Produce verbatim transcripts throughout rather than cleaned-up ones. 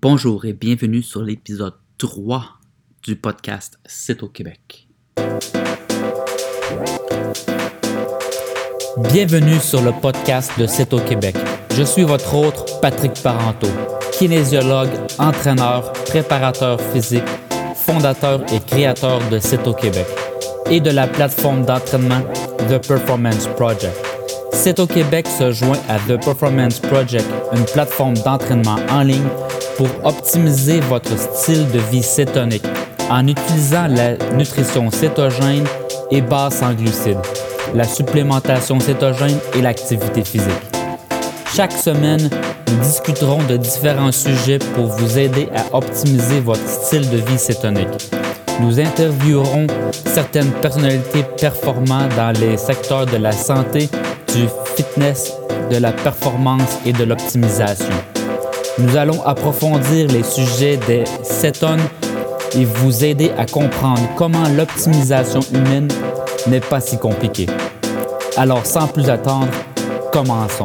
Bonjour et bienvenue sur l'épisode trois du podcast C'est au Québec. Bienvenue sur le podcast de C'est au Québec. Je suis votre hôte, Patrick Parenteau, kinésiologue, entraîneur, préparateur physique, fondateur et créateur de C'est au Québec et de la plateforme d'entraînement The Performance Project. C'est au Québec se joint à The Performance Project, une plateforme d'entraînement en ligne pour optimiser votre style de vie cétonique en utilisant la nutrition cétogène et basse en glucides, la supplémentation cétogène et l'activité physique. Chaque semaine, nous discuterons de différents sujets pour vous aider à optimiser votre style de vie cétonique. Nous interviewerons certaines personnalités performantes dans les secteurs de la santé, du fitness, de la performance et de l'optimisation. Nous allons approfondir les sujets des cétones et vous aider à comprendre comment l'optimisation humaine n'est pas si compliquée. Alors, sans plus attendre, commençons.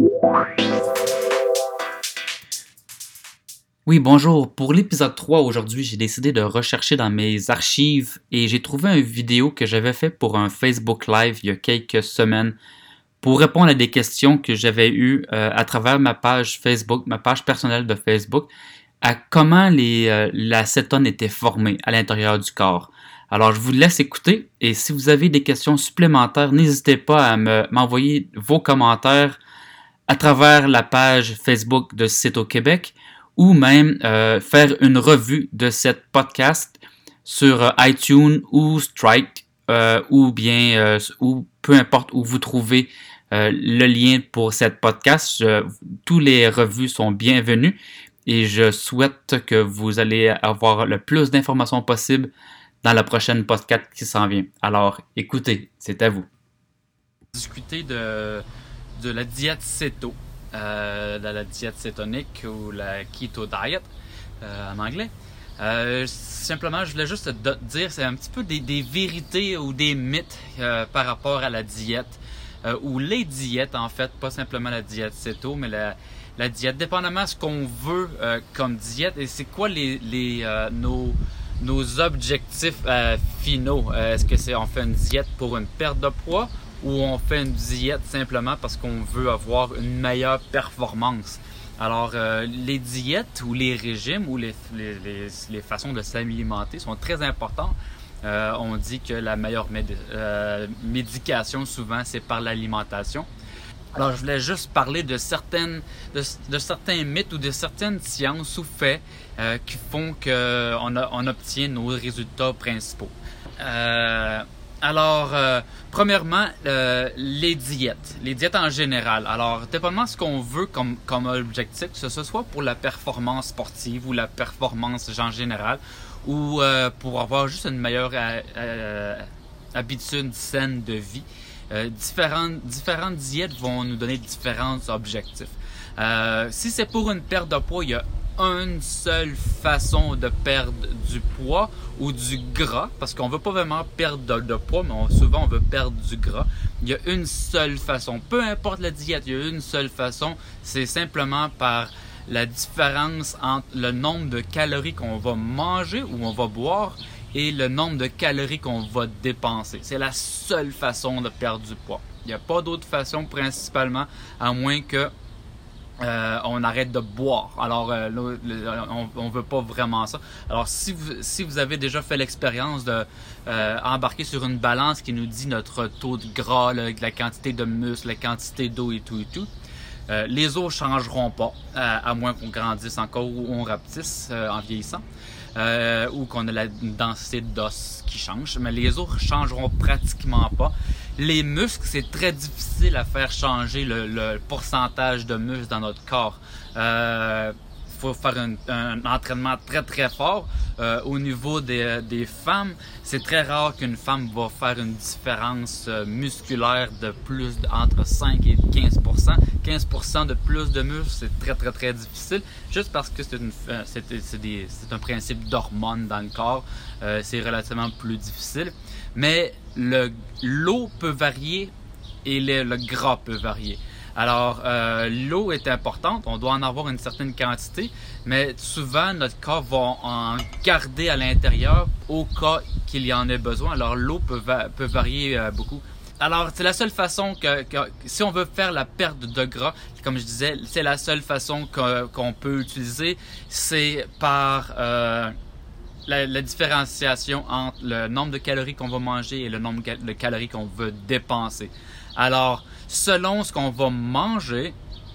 Oui, bonjour. Pour l'épisode trois, aujourd'hui, j'ai décidé de rechercher dans mes archives et j'ai trouvé une vidéo que j'avais faite pour un Facebook Live il y a quelques semaines pour répondre à des questions que j'avais eues euh, à travers ma page Facebook, ma page personnelle de Facebook, à comment les, euh, la cétone était formée à l'intérieur du corps. Alors, je vous laisse écouter et si vous avez des questions supplémentaires, n'hésitez pas à me, m'envoyer vos commentaires à travers la page Facebook de C'est au Québec ou même euh, faire une revue de cette podcast sur euh, iTunes ou Strike euh, ou bien euh, ou peu importe où vous trouvez euh, le lien pour cette podcast. Je, tous les revues sont bienvenues et je souhaite que vous allez avoir le plus d'informations possible dans la prochaine podcast qui s'en vient. Alors, écoutez, c'est à vous. Discuter de, de la diète céto. Euh, de la diète cétonique ou la keto diet euh, en anglais. Euh, simplement, je voulais juste te dire, c'est un petit peu des, des vérités ou des mythes euh, par rapport à la diète euh, ou les diètes en fait, pas simplement la diète céto, mais la, la diète, dépendamment de ce qu'on veut euh, comme diète et c'est quoi les, les euh, nos nos objectifs euh, finaux. Euh, est-ce que c'est on fait une diète pour une perte de poids? Ou on fait une diète simplement parce qu'on veut avoir une meilleure performance. Alors, euh, les diètes ou les régimes ou les, les, les, les façons de s'alimenter sont très importants. Euh, on dit que la meilleure médi- euh, médication, souvent, c'est par l'alimentation. Alors, je voulais juste parler de, certaines, de, de certains mythes ou de certaines sciences ou faits euh, qui font qu'on on obtient nos résultats principaux. Euh, Alors, euh, premièrement, euh, les diètes. Les diètes en général. Alors, dépendamment de ce qu'on veut comme, comme objectif, que ce soit pour la performance sportive ou la performance en général, ou euh, pour avoir juste une meilleure euh, euh, habitude saine de vie, euh, différentes, différentes diètes vont nous donner différents objectifs. Euh, si c'est pour une perte de poids, il y a une seule façon de perdre du poids ou du gras, parce qu'on veut pas vraiment perdre de, de poids, mais on, souvent on veut perdre du gras. Il y a une seule façon, peu importe la diète, il y a une seule façon, c'est simplement par la différence entre le nombre de calories qu'on va manger ou on va boire et le nombre de calories qu'on va dépenser. C'est la seule façon de perdre du poids. Il n'y a pas d'autre façon principalement, à moins que Euh, on arrête de boire. Alors, euh, là, on ne veut pas vraiment ça. Alors, si vous, si vous avez déjà fait l'expérience de euh, embarquer sur une balance qui nous dit notre taux de gras, là, la quantité de muscle, la quantité d'eau et tout et tout, euh, les os ne changeront pas, euh, à moins qu'on grandisse encore ou on rapetisse euh, en vieillissant, euh, ou qu'on ait la densité d'os qui change. Mais les os ne changeront pratiquement pas. Les muscles, c'est très difficile à faire changer le, le pourcentage de muscles dans notre corps. Euh, faut faire un, un entraînement très très fort. Euh, au niveau des, des femmes, c'est très rare qu'une femme va faire une différence euh, musculaire de plus de, entre cinq et quinze pour cent. quinze pour cent de plus de muscles, c'est très très très difficile. Juste parce que c'est, une, euh, c'est, c'est, des, c'est un principe d'hormones dans le corps. Euh, c'est relativement plus difficile. Mais le, l'eau peut varier et le, le gras peut varier. Alors, euh, l'eau est importante, on doit en avoir une certaine quantité, mais souvent notre corps va en garder à l'intérieur au cas qu'il y en ait besoin. Alors, l'eau peut, va peut varier euh, beaucoup. Alors, c'est la seule façon que, que, si on veut faire la perte de gras, comme je disais, c'est la seule façon que, qu'on peut utiliser, c'est par euh, la, la différenciation entre le nombre de calories qu'on va manger et le nombre de calories qu'on veut dépenser. Alors, selon ce qu'on va manger,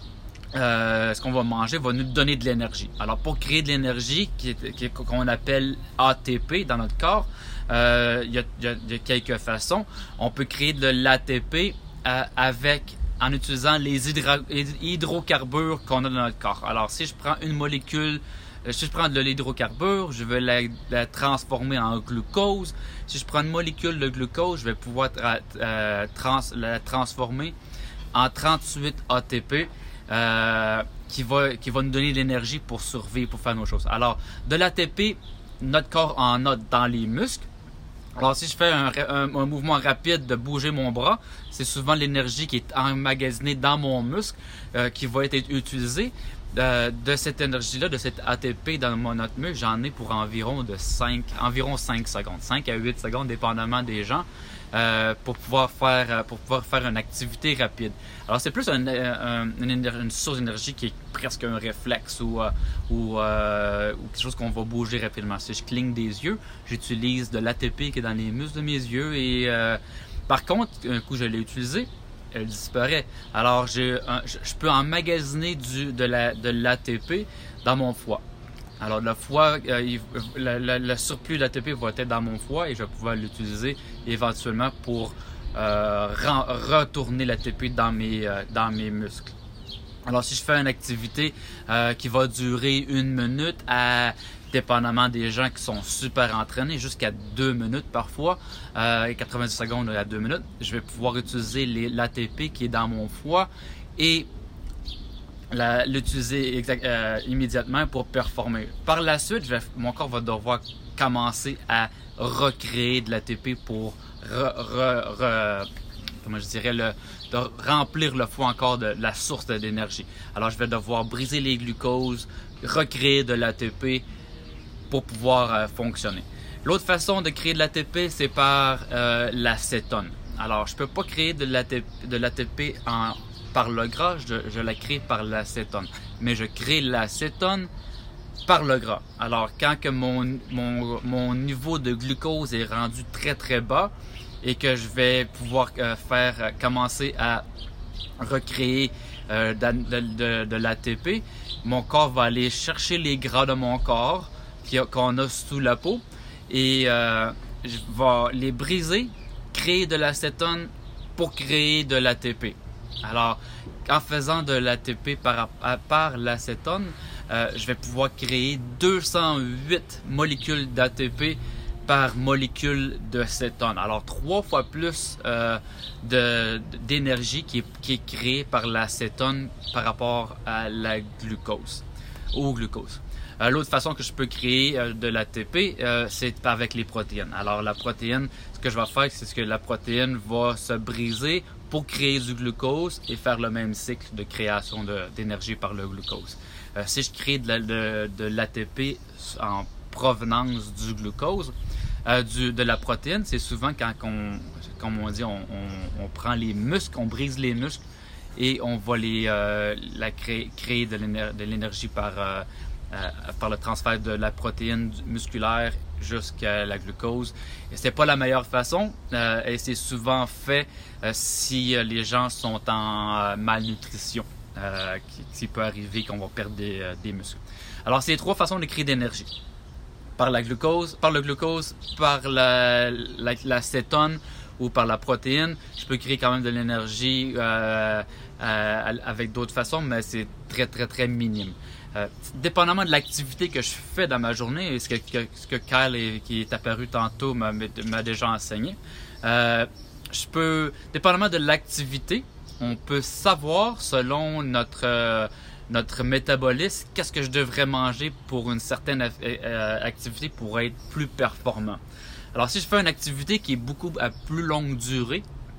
euh, ce qu'on va manger va nous donner de l'énergie. Alors, pour créer de l'énergie, qui, qui, qu'on appelle A T P dans notre corps, Euh, il y a, y a, y a quelques façons. On peut créer de l'A T P euh, avec, en utilisant les hydra, hydrocarbures qu'on a dans notre corps. Alors, si je prends une molécule, euh, si je prends de l'hydrocarbure, je vais la, la transformer en glucose. Si je prends une molécule de glucose, je vais pouvoir tra euh, trans la transformer en trente-huit A T P. Euh, qui va, qui va nous donner de l'énergie pour survivre, pour faire nos choses. Alors, de l'A T P, notre corps en a dans les muscles. Alors, si je fais un, un, un mouvement rapide de bouger mon bras, c'est souvent l'énergie qui est emmagasinée dans mon muscle euh, qui va être utilisée. Euh, de cette énergie-là, de cette A T P dans mon notre muscle, j'en ai pour environ de cinq, environ cinq secondes, cinq à huit secondes, dépendamment des gens, euh, pour pouvoir faire, pour pouvoir faire une activité rapide. Alors, c'est plus un, un, une, une source d'énergie qui est presque un réflexe ou, euh, ou, euh, ou quelque chose qu'on va bouger rapidement. Si je cligne des yeux, j'utilise de l'A T P qui est dans les muscles de mes yeux et euh, par contre, un coup je l'ai utilisé, elle disparaît. Alors, j'ai un, je peux emmagasiner du, de la, de l'A T P dans mon foie. Alors, le foie, euh, il, le, le, le surplus d'A T P va être dans mon foie et je vais pouvoir l'utiliser éventuellement pour euh, ren, retourner l'A T P dans mes, euh, dans mes muscles. Alors, si je fais une activité euh, qui va durer une minute à, dépendamment des gens qui sont super entraînés, jusqu'à deux minutes parfois, euh, quatre-vingt-dix secondes à deux minutes, je vais pouvoir utiliser l'A T P qui est dans mon foie et l'utiliser euh, immédiatement pour performer. Par la suite, je vais, mon corps va devoir commencer à recréer de l'A T P pour re, re, re, comment je dirais, le, de remplir le foie encore de, de la source d'énergie. Alors, je vais devoir briser les glucoses, recréer de l'A T P pour pouvoir euh, fonctionner. L'autre façon de créer de l'A T P, c'est par euh, l'acétone. Alors, je ne peux pas créer de l'A T P en, par le gras, je, je la crée par l'acétone. Mais je crée l'acétone par le gras. Alors, quand que mon, mon, mon niveau de glucose est rendu très très bas et que je vais pouvoir euh, faire euh, commencer à recréer euh, de, de, de, de l'A T P, mon corps va aller chercher les gras de mon corps qu'on a sous la peau et euh, je vais les briser, créer de l'acétone pour créer de l'A T P. Alors, en faisant de l'A T P par, par l'acétone, euh, je vais pouvoir créer deux cent huit molécules d'A T P par molécule de cétone. Alors, trois fois plus euh, d'énergie qui est, qui est créée par l'acétone par rapport à la glucose, au glucose. Euh, L'autre façon que je peux créer euh, de l'A T P, euh, c'est avec les protéines. Alors, la protéine, ce que je vais faire, c'est que la protéine va se briser pour créer du glucose et faire le même cycle de création d'énergie par le glucose. Euh, si je crée de, la, de, de l'A T P en provenance du glucose, euh, du, de la protéine, c'est souvent quand on, comme on dit, on, on, on prend les muscles, on brise les muscles et on va les, euh, la créer, créer de l'énergie par... Euh, Euh, par le transfert de la protéine musculaire jusqu'à la glucose. Et c'est pas la meilleure façon euh, et c'est souvent fait euh, si euh, les gens sont en euh, malnutrition, euh, qui, qui peut arriver qu'on va perdre des, euh, des muscles. Alors, c'est trois façons de créer d'énergie. Par la glucose, par le glucose, par la, la, la cétone ou par la protéine. Je peux créer quand même de l'énergie euh, euh, avec d'autres façons, mais c'est très, très, très minime. Euh, dépendamment de l'activité que je fais dans ma journée, et ce que, que, ce que Kyle est, qui est apparu tantôt m'a déjà enseigné, euh, je peux, dépendamment de l'activité, on peut savoir selon notre, euh, notre métabolisme qu'est-ce que je devrais manger pour une certaine euh, activité pour être plus performant. Alors si je fais une activité qui est beaucoup à plus longue durée,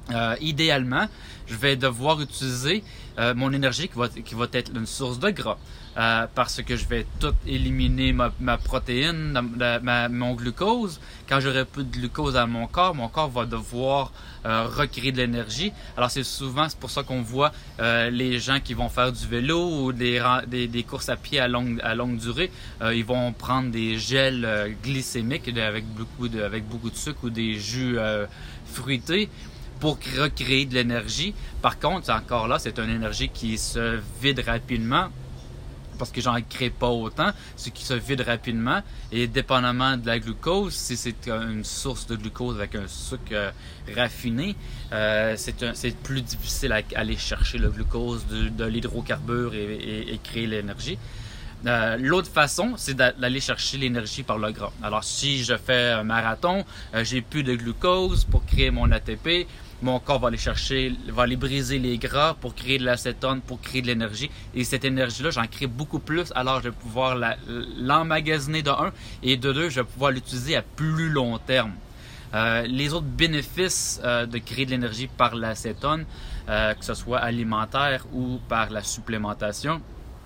Euh, idéalement, je vais devoir utiliser euh, mon énergie qui va, qui va être une source de gras. Euh, parce que je vais tout éliminer ma, ma protéine, ma, ma, mon glucose. Quand j'aurai plus de glucose dans mon corps, mon corps va devoir euh, recréer de l'énergie. Alors c'est souvent, c'est pour ça qu'on voit euh, les gens qui vont faire du vélo ou des, des, des courses à pied à longue, à longue durée, euh, ils vont prendre des gels euh, glycémiques avec beaucoup, de, avec beaucoup de sucre ou des jus euh, fruités pour recréer de l'énergie. Par contre, encore là, c'est une énergie qui se vide rapidement parce que j'en crée pas autant, ce qui se vide rapidement. Et dépendamment de la glucose, si c'est une source de glucose avec un sucre euh, raffiné, euh, c'est, un, c'est plus difficile à, à aller chercher le glucose de, de l'hydrocarbure et, et, et créer l'énergie. Euh, l'autre façon, c'est d'aller chercher l'énergie par le gras. Alors, si je fais un marathon, euh, j'ai plus de glucose pour créer mon A T P. Mon corps va aller chercher, va aller briser les gras pour créer de l'acétone, pour créer de l'énergie. Et cette énergie-là, j'en crée beaucoup plus. Alors, je vais pouvoir la, l'emmagasiner de un. Et de deux, je vais pouvoir l'utiliser à plus long terme. Euh, les autres bénéfices euh, de créer de l'énergie par l'acétone, euh, que ce soit alimentaire ou par la supplémentation,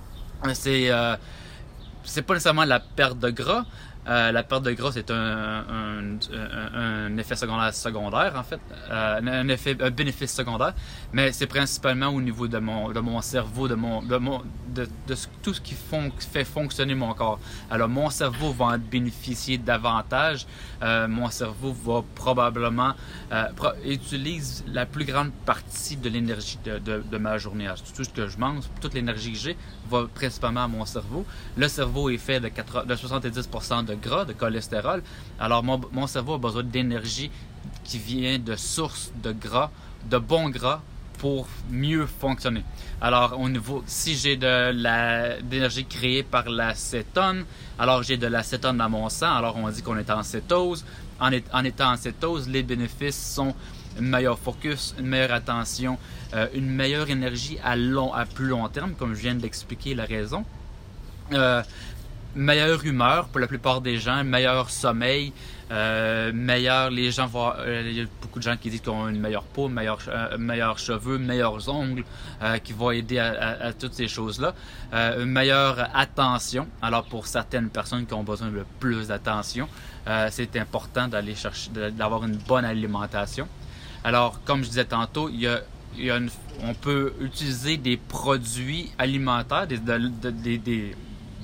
c'est, euh, c'est pas nécessairement la perte de gras. Euh, la perte de gras, c'est un, un, un, un effet secondaire secondaire, en fait, euh, un, effet, un bénéfice secondaire, mais c'est principalement au niveau de mon, de mon cerveau, de, mon, de, mon, de, de tout ce qui fon, fait fonctionner mon corps. Alors, mon cerveau va en bénéficier davantage. Euh, mon cerveau va probablement euh, pro- utilise la plus grande partie de l'énergie de, de, de ma journée. Alors, tout ce que je mange, toute l'énergie que j'ai va principalement à mon cerveau. Le cerveau est fait de, quatre, de soixante-dix pour cent de gras, de cholestérol. Alors, mon, mon cerveau a besoin d'énergie qui vient de sources de gras, de bons gras, pour mieux fonctionner. Alors, au niveau, si j'ai de la, de l'énergie créée par l'acétone, alors j'ai de l'acétone dans mon sang, alors on dit qu'on est en cétose. En, est, en étant en cétose, les bénéfices sont une meilleure focus, une meilleure attention, euh, une meilleure énergie à, long, à plus long terme, comme je viens de l'expliquer la raison. Euh, meilleure humeur pour la plupart des gens, meilleur sommeil, euh, meilleur, les gens vont, euh, il y a beaucoup de gens qui disent qu'ils ont une meilleure peau, meilleurs, euh, meilleurs cheveux, meilleurs ongles, euh, qui vont aider à, à, à toutes ces choses-là. Euh, une meilleure attention. Alors pour certaines personnes qui ont besoin de plus d'attention, euh, c'est important d'aller chercher, d'avoir une bonne alimentation. Alors comme je disais tantôt, il y a Il y a une, on peut utiliser des produits alimentaires, des, des, des, des,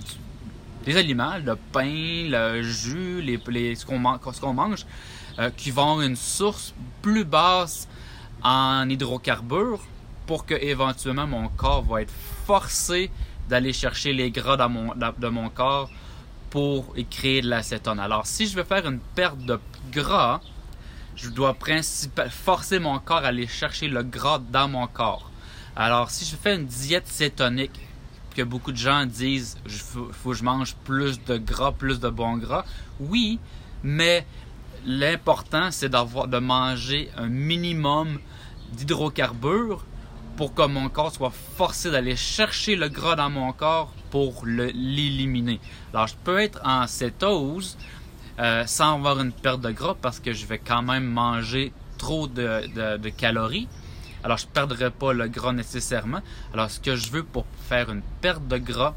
des aliments, le pain, le jus, les, les, ce, qu'on man, ce qu'on mange, euh, qui vont avoir une source plus basse en hydrocarbures pour que éventuellement mon corps va être forcé d'aller chercher les gras dans mon, de mon corps pour créer de l'acétone. Alors si je veux faire une perte de gras, je dois principal, forcer mon corps à aller chercher le gras dans mon corps. Alors, si je fais une diète cétonique, que beaucoup de gens disent il faut, faut que je mange plus de gras, plus de bons gras, oui, mais l'important, c'est d'avoir, de manger un minimum d'hydrocarbures pour que mon corps soit forcé d'aller chercher le gras dans mon corps pour le, l'éliminer. Alors, je peux être en cétose, Euh, sans avoir une perte de gras parce que je vais quand même manger trop de, de, de calories. Alors, je ne perdrai pas le gras nécessairement. Alors, ce que je veux pour faire une perte de gras,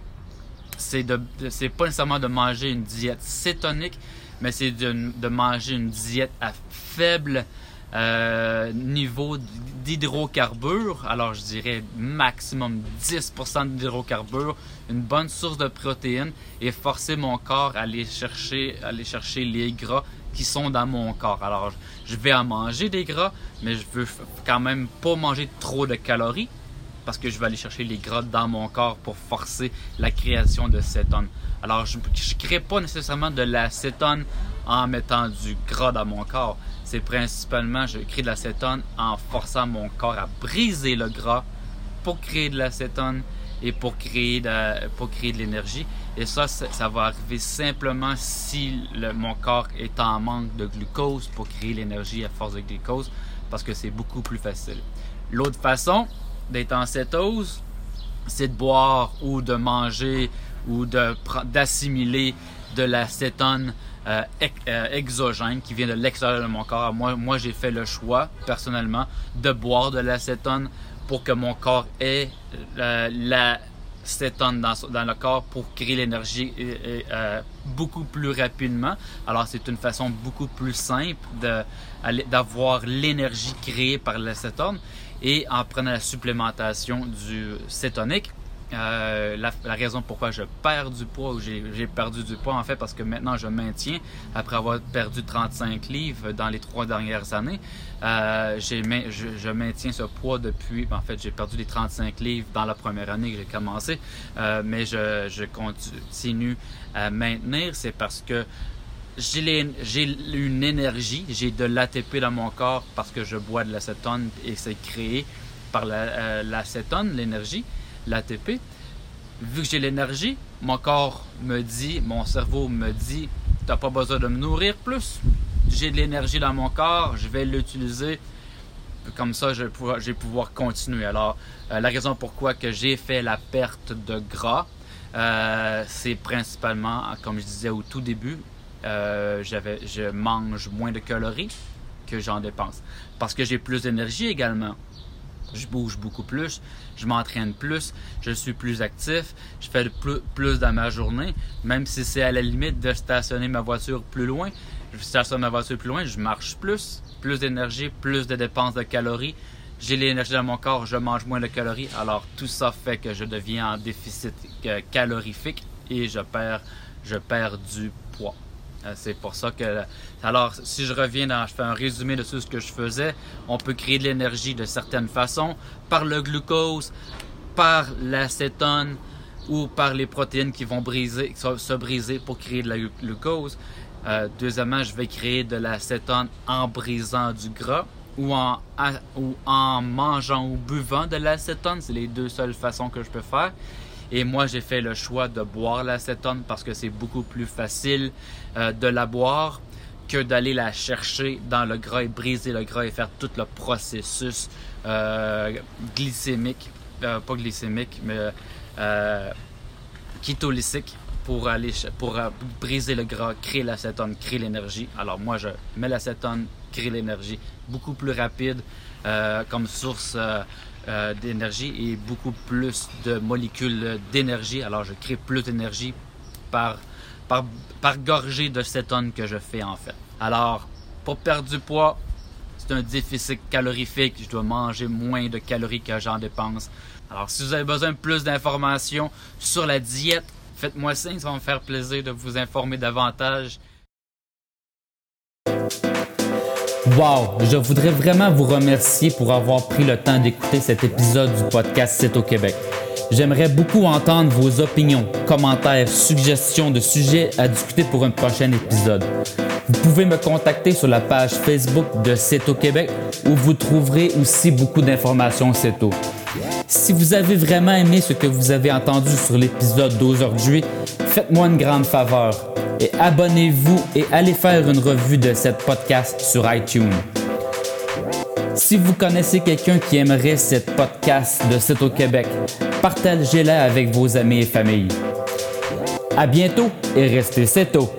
c'est, de, c'est pas nécessairement de manger une diète cétonique, mais c'est de, de manger une diète à faible euh, niveau d'hydrocarbures. Alors, je dirais maximum dix pour cent d'hydrocarbures, une bonne source de protéines et forcer mon corps à aller chercher, aller chercher les gras qui sont dans mon corps. Alors, je vais en manger des gras, mais je veux quand même pas manger trop de calories parce que je vais aller chercher les gras dans mon corps pour forcer la création de cétone. Alors, je ne crée pas nécessairement de l'acétone en mettant du gras dans mon corps. C'est principalement, je crée de l'acétone en forçant mon corps à briser le gras pour créer de l'acétone et pour créer de, pour créer de l'énergie. Et ça, ça va arriver simplement si le, mon corps est en manque de glucose pour créer l'énergie à force de glucose, parce que c'est beaucoup plus facile. L'autre façon d'être en cétose, c'est de boire ou de manger ou de, d'assimiler de l'acétone euh, ex, euh, exogène qui vient de l'extérieur de mon corps. Moi, moi, j'ai fait le choix, personnellement, de boire de l'acétone pour que mon corps ait euh, l'acétone dans, dans le corps pour créer l'énergie euh, euh, beaucoup plus rapidement. Alors, c'est une façon beaucoup plus simple de, d'avoir l'énergie créée par l'acétone. Et en prenant la supplémentation du cétonique, Euh, la, la raison pourquoi je perds du poids ou j'ai, j'ai perdu du poids en fait parce que maintenant je maintiens après avoir perdu trente-cinq livres dans les trois dernières années euh, j'ai, je, je maintiens ce poids depuis en fait j'ai perdu les trente-cinq livres dans la première année que j'ai commencé euh, mais je, je continue à maintenir. C'est parce que j'ai, les, j'ai une énergie, j'ai de l'A T P dans mon corps parce que je bois de l'acétone et c'est créé par la, euh, l'acétone, l'énergie, l'A T P. Vu que j'ai l'énergie, mon corps me dit, mon cerveau me dit, t'as pas besoin de me nourrir plus. J'ai de l'énergie dans mon corps, je vais l'utiliser. Comme ça, je vais pouvoir, je vais pouvoir continuer. Alors, euh, la raison pourquoi que j'ai fait la perte de gras, euh, c'est principalement, comme je disais au tout début, euh, j'avais, je mange moins de calories que j'en dépense. Parce que j'ai plus d'énergie également. Je bouge beaucoup plus, je m'entraîne plus, je suis plus actif, je fais plus, plus dans ma journée. Même si c'est à la limite de stationner ma voiture plus loin, je stationne ma voiture plus loin, je marche plus, plus d'énergie, plus de dépenses de calories. J'ai l'énergie dans mon corps, je mange moins de calories. Alors tout ça fait que je deviens en déficit calorifique et je perds, je perds du poids. C'est pour ça que... Alors, si je reviens dans... Je fais un résumé de tout ce que je faisais. On peut créer de l'énergie de certaines façons. Par le glucose, par l'acétone ou par les protéines qui vont briser, se briser pour créer de la glucose. Euh, deuxièmement, je vais créer de l'acétone en brisant du gras ou en, ou en mangeant ou buvant de l'acétone. C'est les deux seules façons que je peux faire. Et moi, j'ai fait le choix de boire l'acétone parce que c'est beaucoup plus facile euh, de la boire que d'aller la chercher dans le gras et briser le gras et faire tout le processus euh, glycémique, euh, pas glycémique, mais euh, kétolysique pour aller pour euh, briser le gras, créer l'acétone, créer l'énergie. Alors moi, je mets l'acétone, crée l'énergie beaucoup plus rapide euh, comme source euh, Euh, d'énergie et beaucoup plus de molécules d'énergie. Alors, je crée plus d'énergie par, par, par gorgée de cétone que je fais en fait. Alors, pour perdre du poids, c'est un déficit calorifique. Je dois manger moins de calories que j'en dépense. Alors, si vous avez besoin de plus d'informations sur la diète, faites-moi signe, ça va me faire plaisir de vous informer davantage. Wow! Je voudrais vraiment vous remercier pour avoir pris le temps d'écouter cet épisode du podcast C'est au Québec. J'aimerais beaucoup entendre vos opinions, commentaires, suggestions de sujets à discuter pour un prochain épisode. Vous pouvez me contacter sur la page Facebook de C'est au Québec où vous trouverez aussi beaucoup d'informations C'est au. Si vous avez vraiment aimé ce que vous avez entendu sur l'épisode d'aujourd'hui, faites-moi une grande faveur et abonnez-vous et allez faire une revue de cette podcast sur iTunes. Si vous connaissez quelqu'un qui aimerait cette podcast de C'est au Québec, partagez-la avec vos amis et familles. À bientôt et restez C'est au.